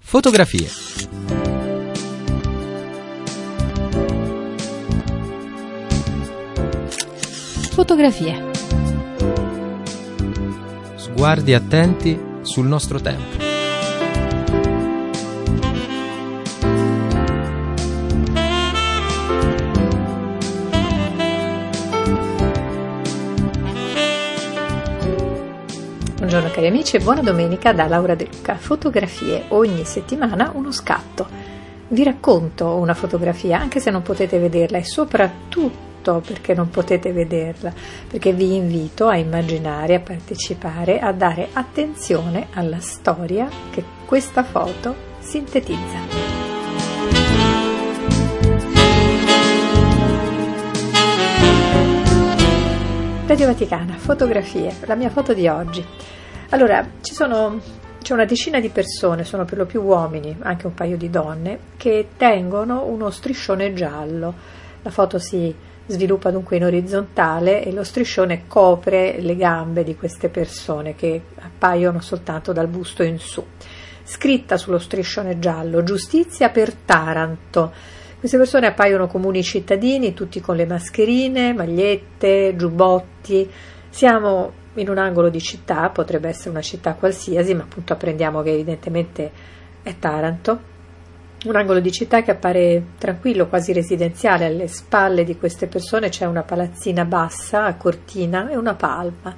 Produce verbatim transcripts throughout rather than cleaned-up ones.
Fotografie. Fotografie. Sguardi attenti sul nostro tempo. Buongiorno cari amici e buona domenica da Laura De Luca. Fotografie, ogni settimana uno scatto. Vi racconto una fotografia anche se non potete vederla e soprattutto perché non potete vederla, perché vi invito a immaginare, a partecipare, a dare attenzione alla storia che questa foto sintetizza. Radio Vaticana, fotografie, la mia foto di oggi. Allora, ci sono, c'è una decina di persone, sono per lo più uomini, anche un paio di donne, che tengono uno striscione giallo. La foto si sviluppa dunque in orizzontale e lo striscione copre le gambe di queste persone che appaiono soltanto dal busto in su. Scritta sullo striscione giallo, giustizia per Taranto. Queste persone appaiono comuni cittadini, tutti con le mascherine, magliette, giubbotti. Siamo in un angolo di città, potrebbe essere una città qualsiasi, ma appunto apprendiamo che evidentemente è Taranto. Un angolo di città che appare tranquillo, quasi residenziale. Alle spalle di queste persone c'è una palazzina bassa a cortina e una palma.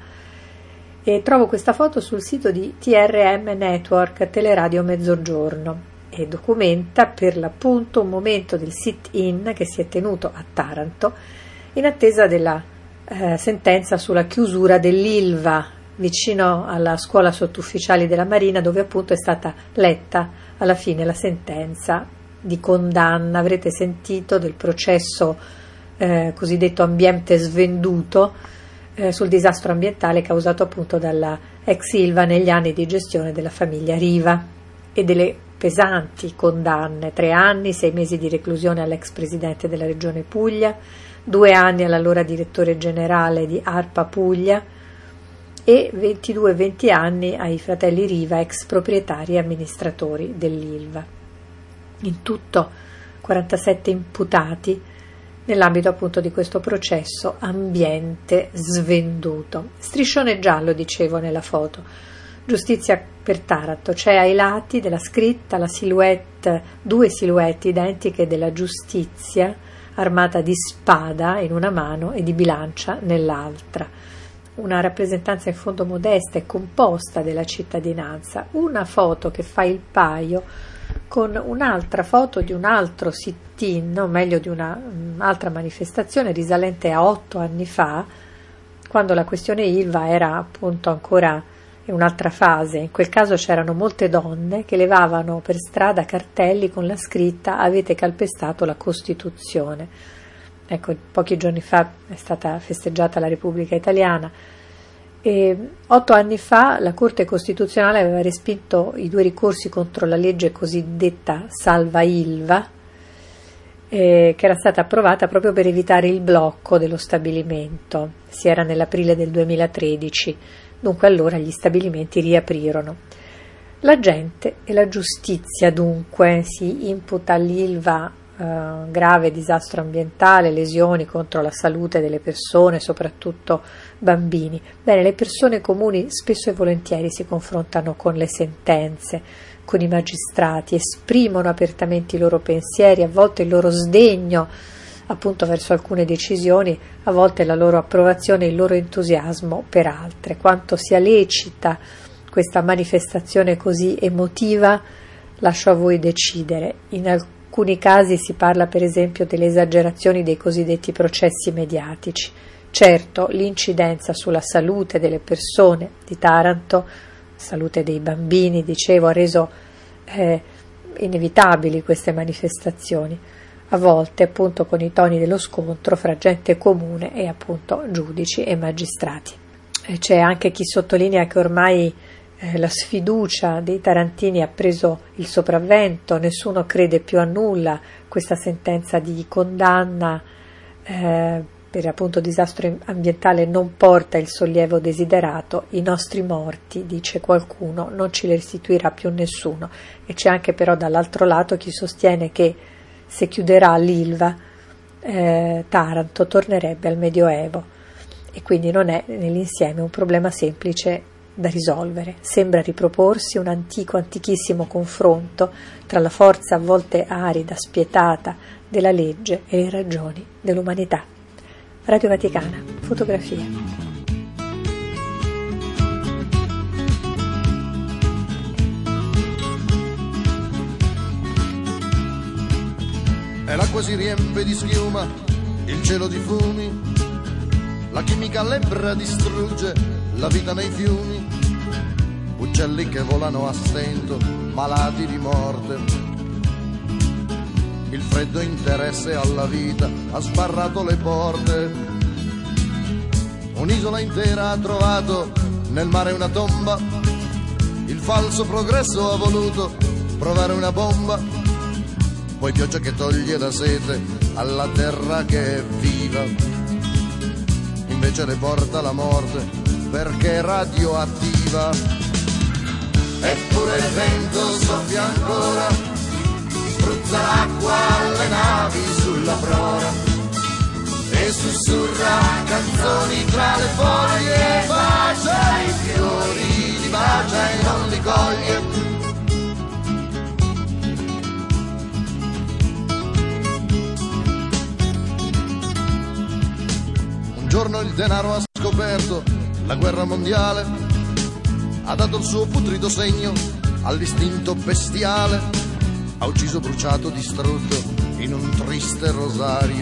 E trovo questa foto sul sito di T R M Network, Teleradio Mezzogiorno, e documenta per l'appunto un momento del sit-in che si è tenuto a Taranto in attesa della eh, sentenza sulla chiusura dell'Ilva vicino alla scuola sottufficiali della Marina, dove appunto è stata letta alla fine la sentenza di condanna. Avrete sentito del processo eh, cosiddetto ambiente svenduto eh, sul disastro ambientale causato appunto dalla ex Ilva negli anni di gestione della famiglia Riva e delle pesanti condanne: tre anni, sei mesi di reclusione all'ex presidente della regione Puglia, due anni all'allora direttore generale di ARPA Puglia e ventidue venti anni ai fratelli Riva, ex proprietari e amministratori dell'Ilva. In tutto quarantasette imputati nell'ambito appunto di questo processo ambiente svenduto. Striscione giallo, dicevo nella foto. Giustizia per Taranto, c'è ai lati della scritta la silhouette, due silhouette identiche della giustizia, armata di spada in una mano e di bilancia nell'altra. Una rappresentanza in fondo modesta e composta della cittadinanza. Una foto che fa il paio con un'altra foto di un altro sit-in, o meglio di un'altra manifestazione risalente a otto anni fa, quando la questione Ilva era appunto ancora in un'altra fase. In quel caso c'erano molte donne che levavano per strada cartelli con la scritta "Avete calpestato la Costituzione". Ecco, pochi giorni fa è stata festeggiata la Repubblica Italiana e otto anni fa la Corte Costituzionale aveva respinto i due ricorsi contro la legge cosiddetta Salva Ilva, eh, che era stata approvata proprio per evitare il blocco dello stabilimento. Si era nell'aprile del duemilatredici. Dunque allora gli stabilimenti riaprirono. La gente e la giustizia dunque si imputa all'Ilva eh, grave disastro ambientale, lesioni contro la salute delle persone, soprattutto bambini. Bene, le persone comuni spesso e volentieri si confrontano con le sentenze, con i magistrati, esprimono apertamente i loro pensieri, a volte il loro sdegno appunto verso alcune decisioni, a volte la loro approvazione e il loro entusiasmo per altre. Quanto sia lecita questa manifestazione così emotiva lascio a voi decidere. In alcuni casi si parla per esempio delle esagerazioni dei cosiddetti processi mediatici. Certo, l'incidenza sulla salute delle persone di Taranto, salute dei bambini, dicevo, ha reso eh, inevitabili queste manifestazioni, a volte appunto con i toni dello scontro fra gente comune e appunto giudici e magistrati. E c'è anche chi sottolinea che ormai eh, la sfiducia dei tarantini ha preso il sopravvento, nessuno crede più a nulla, questa sentenza di condanna eh, per appunto disastro ambientale non porta il sollievo desiderato, i nostri morti, dice qualcuno, non ce li restituirà più nessuno. E c'è anche però dall'altro lato chi sostiene che se chiuderà l'Ilva, eh, Taranto tornerebbe al Medioevo, e quindi non è nell'insieme un problema semplice da risolvere. Sembra riproporsi un antico, antichissimo confronto tra la forza a volte arida, spietata della legge e le ragioni dell'umanità. Radio Vaticana, fotografie. E l'acqua si riempie di schiuma, il cielo di fumi, la chimica lebbra distrugge la vita nei fiumi, uccelli che volano a stento, malati di morte. Il freddo interesse alla vita ha sbarrato le porte. Un'isola intera ha trovato nel mare una tomba. Il falso progresso ha voluto provare una bomba. Poi pioggia che toglie la sete alla terra che è viva. Invece le porta la morte perché è radioattiva. Eppure il vento soffia ancora, spruzza l'acqua alle navi sulla prora e sussurra canzoni tra le foglie, bacia i fiori, li bacia e non li coglie. Un giorno il denaro ha scoperto la guerra mondiale, ha dato il suo putrido segno all'istinto bestiale. Ha ucciso, bruciato, distrutto in un triste rosario,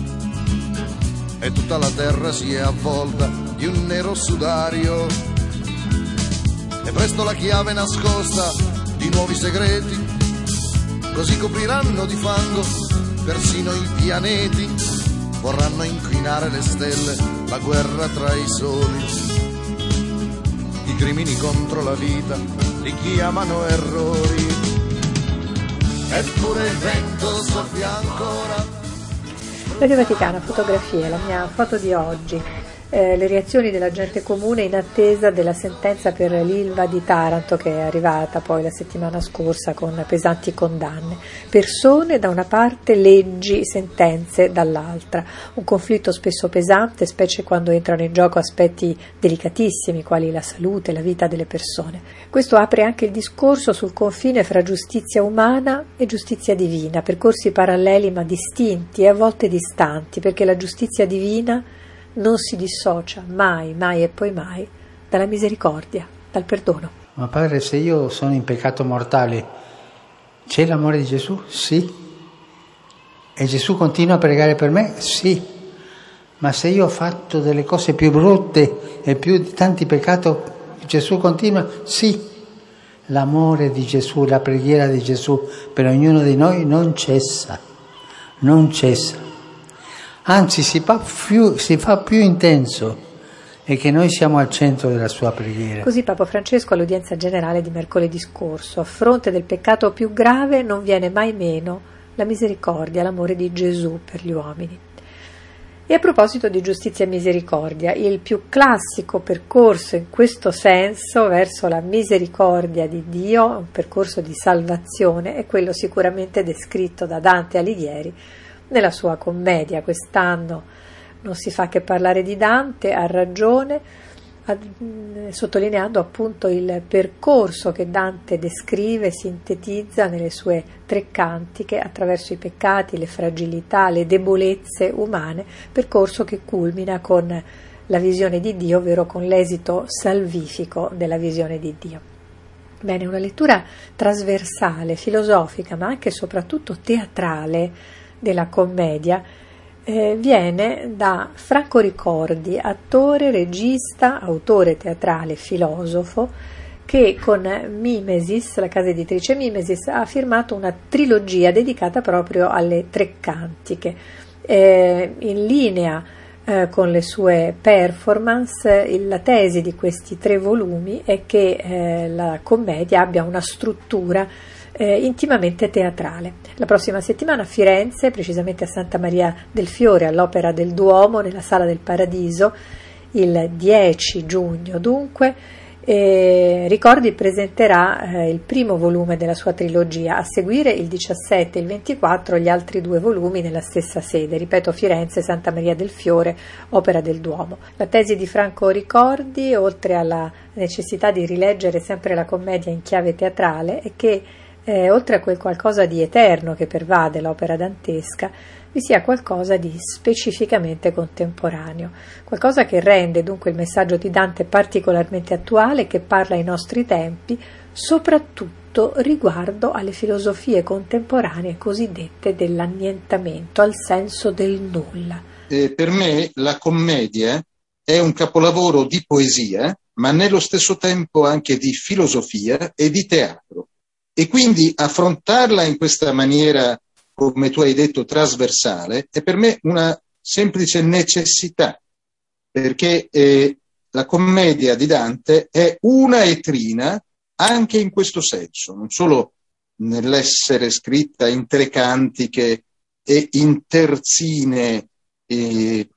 e tutta la terra si è avvolta di un nero sudario. E presto la chiave nascosta di nuovi segreti, così copriranno di fango persino i pianeti. Vorranno inquinare le stelle, la guerra tra i soli. I crimini contro la vita li chiamano errori. Eppure il vento soffia ancora. Radio Vaticana, fotografie, la mia foto di oggi. Eh, le reazioni della gente comune in attesa della sentenza per l'Ilva di Taranto, che è arrivata poi la settimana scorsa con pesanti condanne. Persone da una parte, leggi, sentenze dall'altra. Un conflitto spesso pesante, specie quando entrano in gioco aspetti delicatissimi quali la salute, la vita delle persone. Questo apre anche il discorso sul confine fra giustizia umana e giustizia divina, percorsi paralleli ma distinti e a volte distanti, perché la giustizia divina non si dissocia mai, mai e poi mai dalla misericordia, dal perdono. Ma padre, se io sono in peccato mortale, c'è l'amore di Gesù? Sì. E Gesù continua a pregare per me? Sì. Ma se io ho fatto delle cose più brutte e più di tanti peccati, Gesù continua? Sì. L'amore di Gesù, la preghiera di Gesù per ognuno di noi non cessa, non cessa. Anzi, si fa, più, si fa più intenso, e che noi siamo al centro della sua preghiera. Così Papa Francesco all'udienza generale di mercoledì scorso: a fronte del peccato più grave non viene mai meno la misericordia, l'amore di Gesù per gli uomini. E a proposito di giustizia e misericordia, il più classico percorso in questo senso verso la misericordia di Dio, un percorso di salvazione, è quello sicuramente descritto da Dante Alighieri nella sua commedia. Quest'anno non si fa che parlare di Dante, ha ragione, sottolineando appunto il percorso che Dante descrive, sintetizza nelle sue tre cantiche attraverso i peccati, le fragilità, le debolezze umane, percorso che culmina con la visione di Dio, ovvero con l'esito salvifico della visione di Dio. Bene, una lettura trasversale, filosofica, ma anche e soprattutto teatrale della commedia eh, viene da Franco Ricordi, attore, regista, autore teatrale, filosofo, che con Mimesis, la casa editrice Mimesis, ha firmato una trilogia dedicata proprio alle tre cantiche. Eh, in linea eh, con le sue performance, la tesi di questi tre volumi è che eh, la commedia abbia una struttura eh, intimamente teatrale. La prossima settimana a Firenze, precisamente a Santa Maria del Fiore, all'Opera del Duomo, nella Sala del Paradiso, il dieci giugno dunque. E Ricordi presenterà eh, il primo volume della sua trilogia, a seguire il diciassette e il ventiquattro gli altri due volumi nella stessa sede, ripeto, Firenze, Santa Maria del Fiore, Opera del Duomo. La tesi di Franco Ricordi, oltre alla necessità di rileggere sempre la commedia in chiave teatrale, è che eh, oltre a quel qualcosa di eterno che pervade l'opera dantesca, vi sia qualcosa di specificamente contemporaneo, qualcosa che rende dunque il messaggio di Dante particolarmente attuale e che parla ai nostri tempi, soprattutto riguardo alle filosofie contemporanee cosiddette dell'annientamento, al senso del nulla. Eh, per me la commedia è un capolavoro di poesia, ma nello stesso tempo anche di filosofia e di teatro. E quindi affrontarla in questa maniera, come tu hai detto, trasversale, è per me una semplice necessità, perché eh, la commedia di Dante è una etrina anche in questo senso, non solo nell'essere scritta in tre cantiche e in terzine, eh,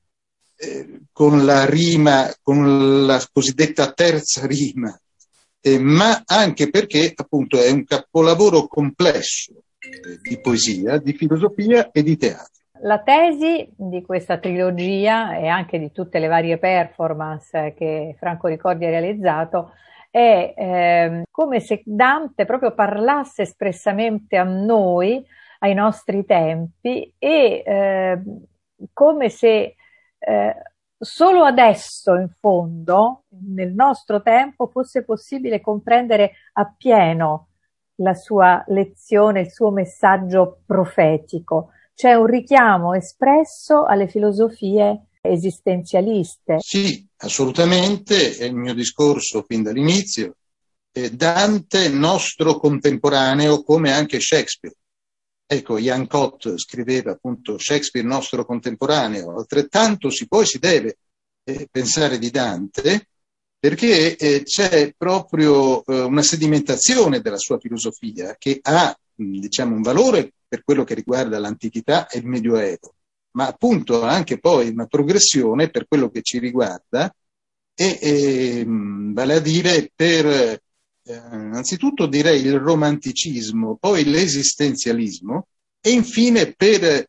eh, con la rima, con la cosiddetta terza rima, eh, ma anche perché appunto è un capolavoro complesso di poesia, di filosofia e di teatro. La tesi di questa trilogia e anche di tutte le varie performance che Franco Ricordi ha realizzato è eh, come se Dante proprio parlasse espressamente a noi, ai nostri tempi, e eh, come se eh, solo adesso, in fondo, nel nostro tempo, fosse possibile comprendere appieno la sua lezione, il suo messaggio profetico. C'è un richiamo espresso alle filosofie esistenzialiste. Sì, assolutamente, è il mio discorso fin dall'inizio. Eh, Dante nostro contemporaneo, come anche Shakespeare. Ecco, Jan Kott scriveva appunto Shakespeare nostro contemporaneo, altrettanto si poi si deve eh, pensare di Dante, perché eh, c'è proprio eh, una sedimentazione della sua filosofia che ha, diciamo, un valore per quello che riguarda l'antichità e il Medioevo, ma appunto anche poi una progressione per quello che ci riguarda, e, e vale a dire per, eh, anzitutto direi il romanticismo, poi l'esistenzialismo e infine per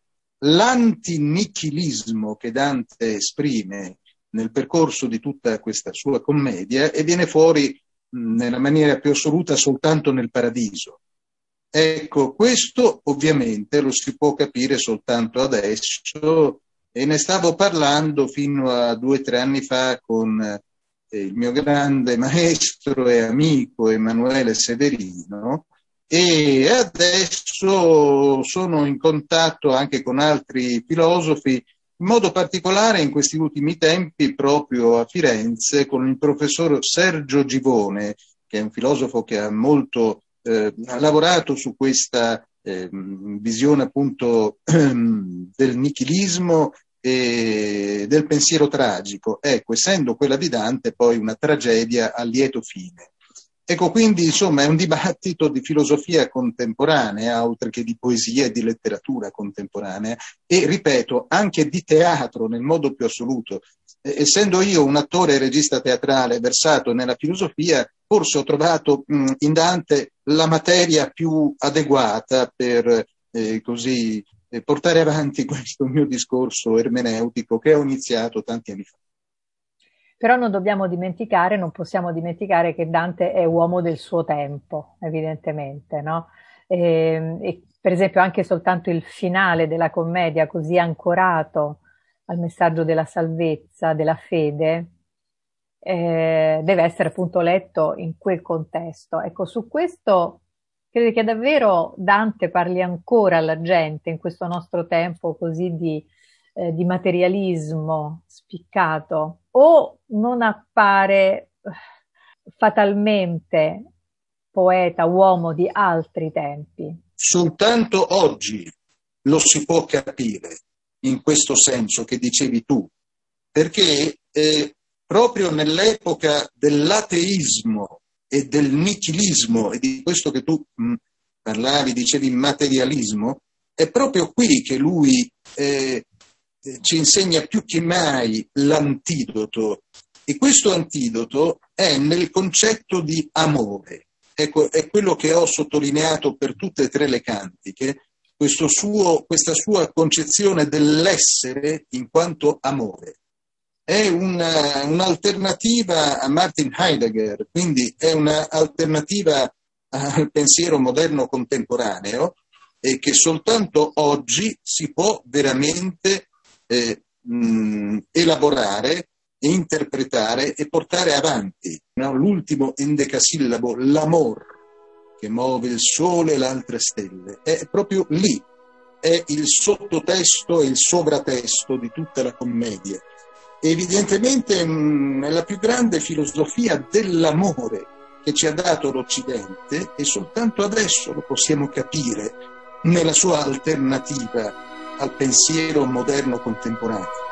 l'antinichilismo che Dante esprime nel percorso di tutta questa sua commedia e viene fuori mh, nella maniera più assoluta soltanto nel Paradiso. Ecco, questo ovviamente lo si può capire soltanto adesso, e ne stavo parlando fino a due o tre anni fa con eh, il mio grande maestro e amico Emanuele Severino, e adesso sono in contatto anche con altri filosofi, in modo particolare in questi ultimi tempi proprio a Firenze con il professor Sergio Givone, che è un filosofo che ha molto eh, ha lavorato su questa eh, visione appunto del nichilismo e del pensiero tragico. Ecco, essendo quella di Dante poi una tragedia a lieto fine. Ecco, quindi insomma è un dibattito di filosofia contemporanea, oltre che di poesia e di letteratura contemporanea, e ripeto, anche di teatro nel modo più assoluto. Eh, essendo io un attore e regista teatrale versato nella filosofia, forse ho trovato mh, in Dante la materia più adeguata per eh, così eh, portare avanti questo mio discorso ermeneutico che ho iniziato tanti anni fa. Però non dobbiamo dimenticare, non possiamo dimenticare che Dante è uomo del suo tempo, evidentemente, no? E, e per esempio anche soltanto il finale della commedia, così ancorato al messaggio della salvezza, della fede, eh, deve essere appunto letto in quel contesto. Ecco, su questo credo che davvero Dante parli ancora alla gente in questo nostro tempo così di, eh, di materialismo spiccato, o non appare fatalmente poeta, uomo di altri tempi? Soltanto oggi lo si può capire in questo senso che dicevi tu, perché eh, proprio nell'epoca dell'ateismo e del nichilismo e di questo che tu mh, parlavi, dicevi materialismo, è proprio qui che lui eh, ci insegna più che mai l'antidoto, e questo antidoto è nel concetto di amore. Ecco, è quello che ho sottolineato per tutte e tre le cantiche, questo suo, questa sua concezione dell'essere in quanto amore. È una, un'alternativa a Martin Heidegger, quindi è un'alternativa al pensiero moderno contemporaneo, e che soltanto oggi si può veramente eh, mh, elaborare, interpretare e portare avanti. No? L'ultimo endecasillabo, l'amor, che muove il sole e le altre stelle, è proprio lì, è il sottotesto e il sovratesto di tutta la commedia. Evidentemente mh, è la più grande filosofia dell'amore che ci ha dato l'Occidente, e soltanto adesso lo possiamo capire nella sua alternativa al pensiero moderno contemporaneo.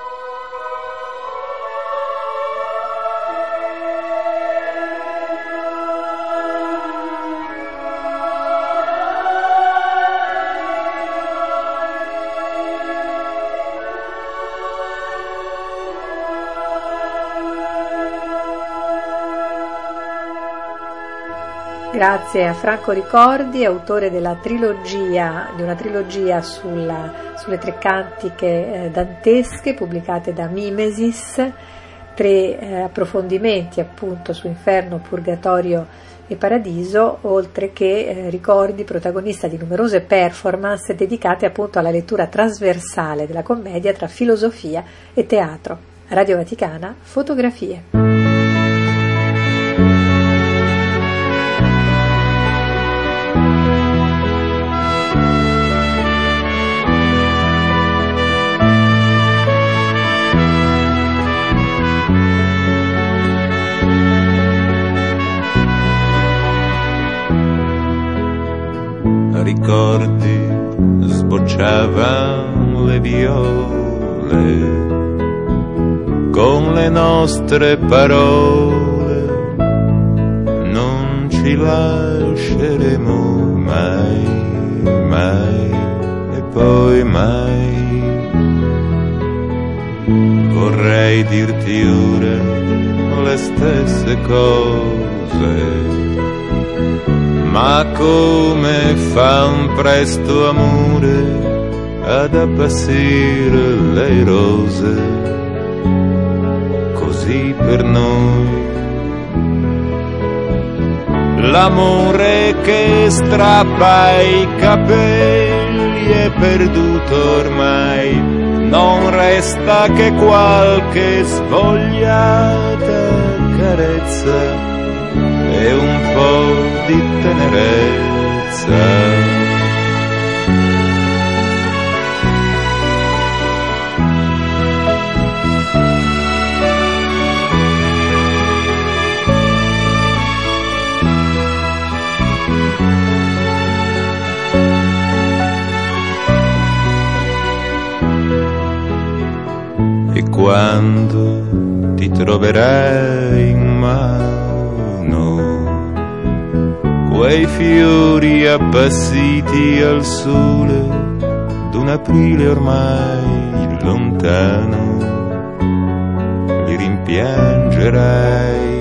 Grazie a Franco Ricordi, autore della trilogia, di una trilogia sulla, sulle tre cantiche eh, dantesche pubblicate da Mimesis, tre eh, approfondimenti appunto su Inferno, Purgatorio e Paradiso, oltre che eh, Ricordi protagonista di numerose performance dedicate appunto alla lettura trasversale della commedia tra filosofia e teatro. Radio Vaticana, fotografie. Ricordi, sbocciavan le viole, con le nostre parole non ci lasceremo mai, mai e poi mai. Vorrei dirti ora le stesse cose, ma come fa un presto amore ad appassire le rose, così per noi l'amore che strappa i capelli è perduto ormai, non resta che qualche svogliata carezza e un po' di tenerezza. E quando ti troverai in mano quei fiori appassiti al sole d'un aprile ormai lontano, li rimpiangerai,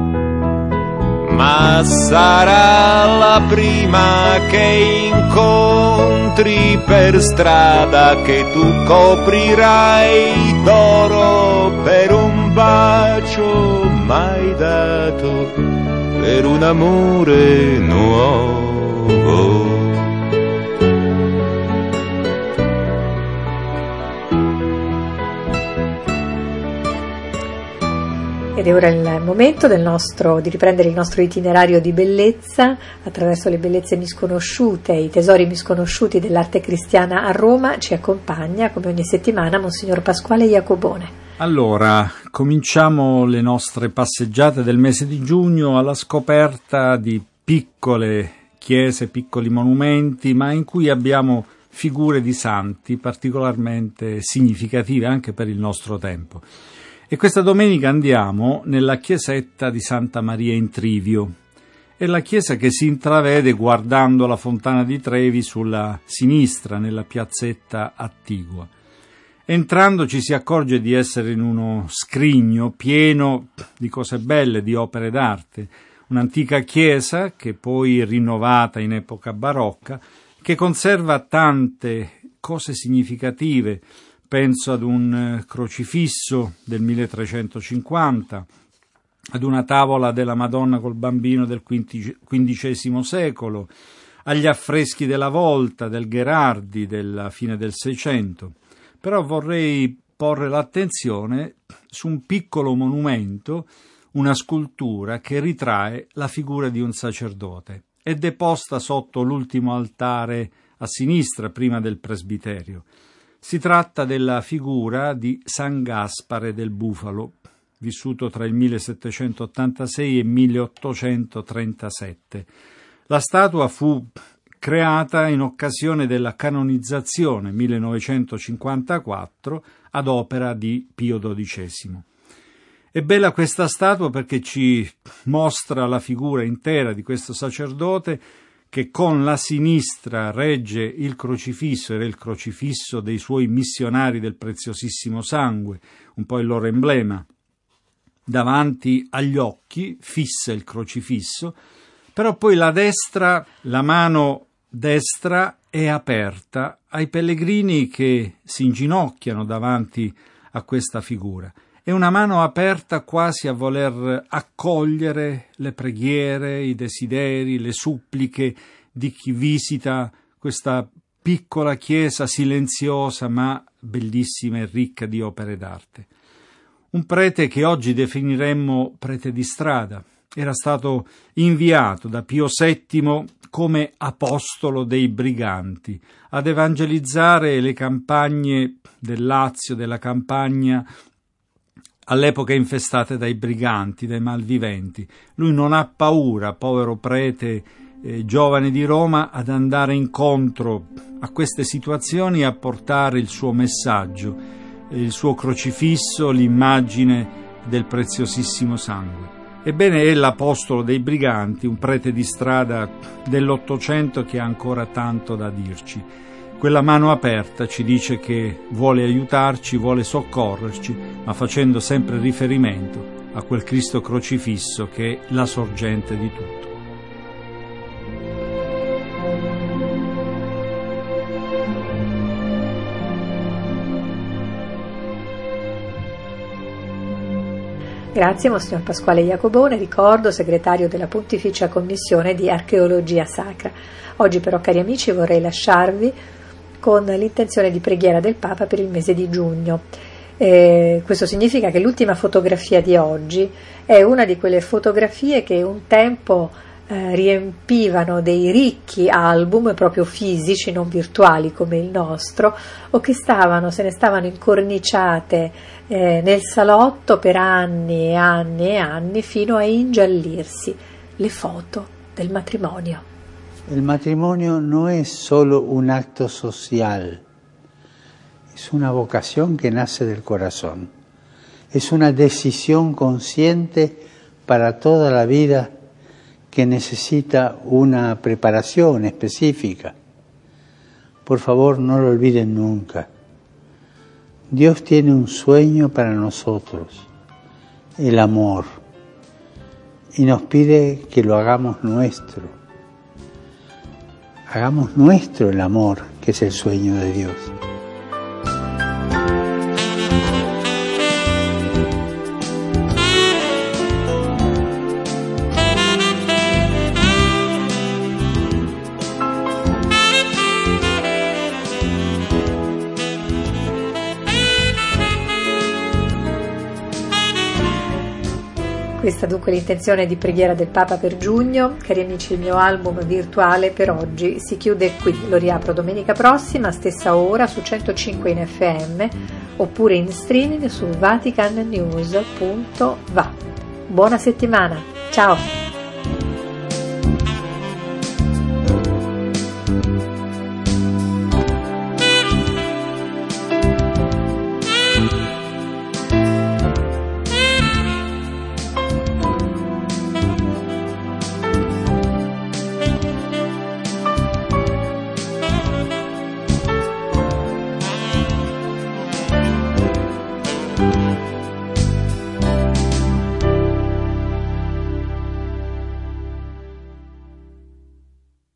ma sarà la prima che incontri per strada che tu coprirai d'oro per un bacio mai dato, per un amore nuovo. Ed è ora il momento del nostro, di riprendere il nostro itinerario di bellezza attraverso le bellezze misconosciute, i tesori misconosciuti dell'arte cristiana a Roma. Ci accompagna come ogni settimana Monsignor Pasquale Iacobone. Allora, cominciamo le nostre passeggiate del mese di giugno alla scoperta di piccole chiese, piccoli monumenti, ma in cui abbiamo figure di santi particolarmente significative anche per il nostro tempo. E questa domenica andiamo nella chiesetta di Santa Maria in Trivio. e la chiesa che si intravede guardando la Fontana di Trevi sulla sinistra, nella piazzetta attigua. Entrando ci si accorge di essere in uno scrigno pieno di cose belle, di opere d'arte, un'antica chiesa che poi rinnovata in epoca barocca, che conserva tante cose significative. Penso ad un crocifisso del milletrecentocinquanta, ad una tavola della Madonna col bambino del quindicesimo secolo, agli affreschi della Volta, del Gherardi della fine del Seicento. Però vorrei porre l'attenzione su un piccolo monumento, una scultura che ritrae la figura di un sacerdote. È deposta sotto l'ultimo altare a sinistra, prima del presbiterio. Si tratta della figura di San Gaspare del Bufalo, vissuto tra il millesettecentottantasei e il milleottocentotrentasette. La statua fu creata in occasione della canonizzazione millenovecentocinquantaquattro ad opera di Pio dodicesimo. È bella questa statua perché ci mostra la figura intera di questo sacerdote che con la sinistra regge il crocifisso, era il crocifisso dei suoi missionari del preziosissimo sangue, un po' il loro emblema. Davanti agli occhi fissa il crocifisso, però poi la destra, la mano destra è aperta ai pellegrini che si inginocchiano davanti a questa figura. È una mano aperta quasi a voler accogliere le preghiere, i desideri, le suppliche di chi visita questa piccola chiesa silenziosa ma bellissima e ricca di opere d'arte. Un prete che oggi definiremmo prete di strada. Era stato inviato da Pio settimo come apostolo dei briganti ad evangelizzare le campagne del Lazio, della Campania, all'epoca infestate dai briganti, dai malviventi. Lui non ha paura, povero prete eh, giovane di Roma, ad andare incontro a queste situazioni e a portare il suo messaggio, il suo crocifisso, l'immagine del preziosissimo sangue. Ebbene, è l'apostolo dei briganti, un prete di strada dell'Ottocento che ha ancora tanto da dirci. Quella mano aperta ci dice che vuole aiutarci, vuole soccorrerci, ma facendo sempre riferimento a quel Cristo crocifisso che è la sorgente di tutto. Grazie Monsignor Pasquale Iacobone, ricordo segretario della Pontificia Commissione di Archeologia Sacra. Oggi però, cari amici, vorrei lasciarvi con l'intenzione di preghiera del Papa per il mese di giugno. Eh, questo significa che l'ultima fotografia di oggi è una di quelle fotografie che un tempo eh, riempivano dei ricchi album proprio fisici, non virtuali come il nostro, o che stavano, se ne stavano incorniciate eh, nel salotto per anni e anni e anni fino a ingiallirsi, le foto del matrimonio. El matrimonio no es solo un acto social, es una vocación que nace del corazón, es una decisión consciente para toda la vida que necesita una preparación específica. Por favor, no lo olviden nunca. Dios tiene un sueño para nosotros, el amor, y nos pide que lo hagamos nuestro. Hagamos nuestro el amor, que es el sueño de Dios. Questa dunque l'intenzione di preghiera del Papa per giugno. Cari amici, il mio album virtuale per oggi si chiude qui, lo riapro domenica prossima, stessa ora, su centocinque in F M, oppure in streaming su vatican news punto va. Buona settimana, ciao!